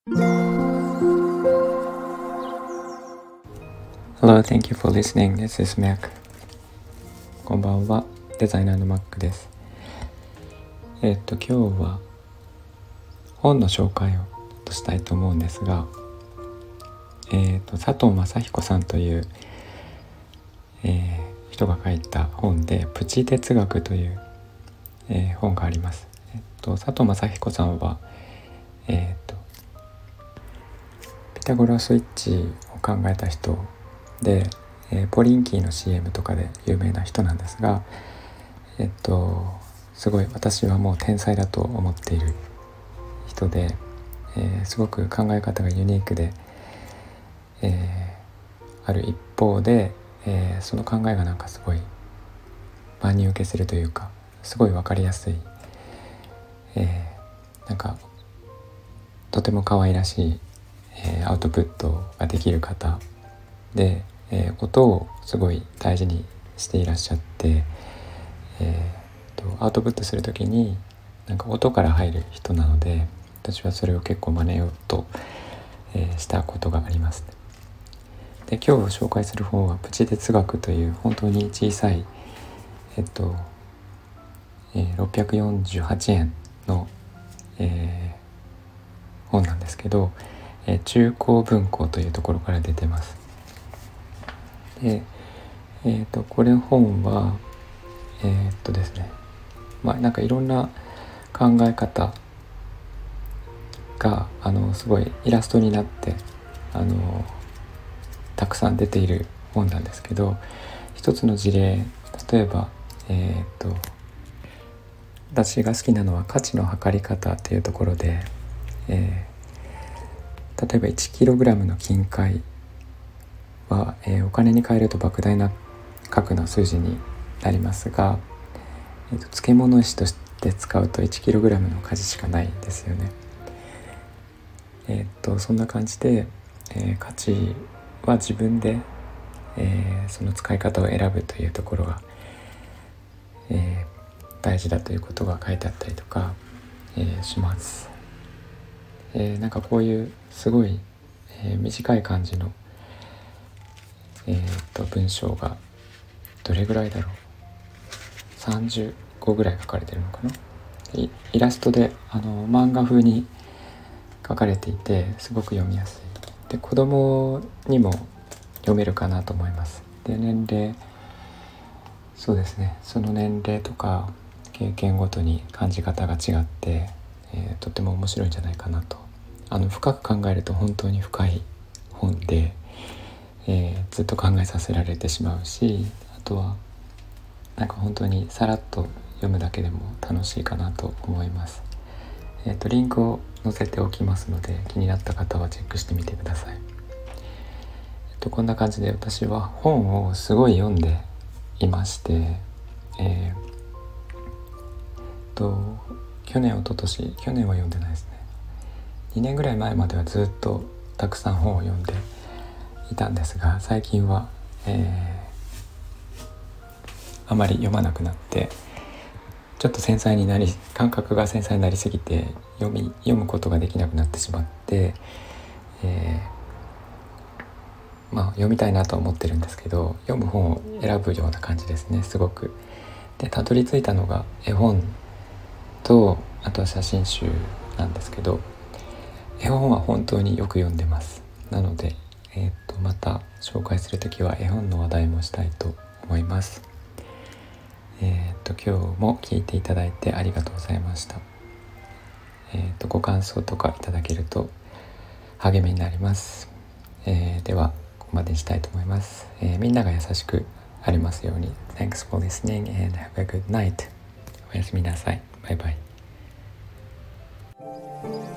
Hello, thank you for listening. This is Mac. こんばんは、デザイナーの Mac です。今日は本の紹介をしたいと思うんですが、佐藤正彦さんという、人が書いた本でプチ哲学という、本があります。佐藤正彦さんは、ピタゴラスイッチを考えた人で、ポリンキーの CM とかで有名な人なんですが、すごい私はもう天才だと思っている人で、すごく考え方がユニークで、ある一方で、その考えがなんかすごい万人受けするというか、すごい分かりやすい、なんかとても可愛らしい、アウトプットができる方で、音をすごい大事にしていらっしゃって、アウトプットするときになんか音から入る人なので、私はそれを結構真似ようと、したことがあります。で、今日紹介する本はプチ哲学という本当に小さい、648円の、本なんですけど、中高文庫というところから出てます。で、これ本はですね、なんかいろんな考え方がすごいイラストになってたくさん出ている本なんですけど、一つの事例、例えば私が好きなのは価値の測り方っていうところで、例えば 1kg の金塊は、お金に換えると莫大な額の数字になりますが、漬物石として使うと 1kg の価値しかないんですよね。そんな感じで、価値は自分で、その使い方を選ぶというところが、大事だということが書いてあったりとか、します。なんかこういうすごい、短い感じの、文章がどれぐらいだろう、30個ぐらい書かれてるのかな。イラストで漫画風に書かれていて、すごく読みやすいで、子供にも読めるかなと思います。で、年齢、そうですね、その年齢とか経験ごとに感じ方が違って、とても面白いんじゃないかなと。深く考えると本当に深い本で、ずっと考えさせられてしまうし、あとはなんか本当にさらっと読むだけでも楽しいかなと思います。リンクを載せておきますので、気になった方はチェックしてみてください。こんな感じで私は本をすごい読んでいまして、去年は読んでないですね。2年ぐらい前まではずっとたくさん本を読んでいたんですが、最近は、あまり読まなくなって、ちょっと感覚が繊細になりすぎて読むことができなくなってしまって、読みたいなと思ってるんですけど、読む本を選ぶような感じですね、すごく。で、たどり着いたのが絵本と、あとは写真集なんですけど、絵本は本当によく読んでます。なので、また紹介するときは絵本の話題もしたいと思います。今日も聞いていただいてありがとうございました。ご感想とかいただけると励みになります。ではここまでにしたいと思います。みんなが優しくありますように。 Thanks for listening and have a good night. おやすみなさい。バイバイ。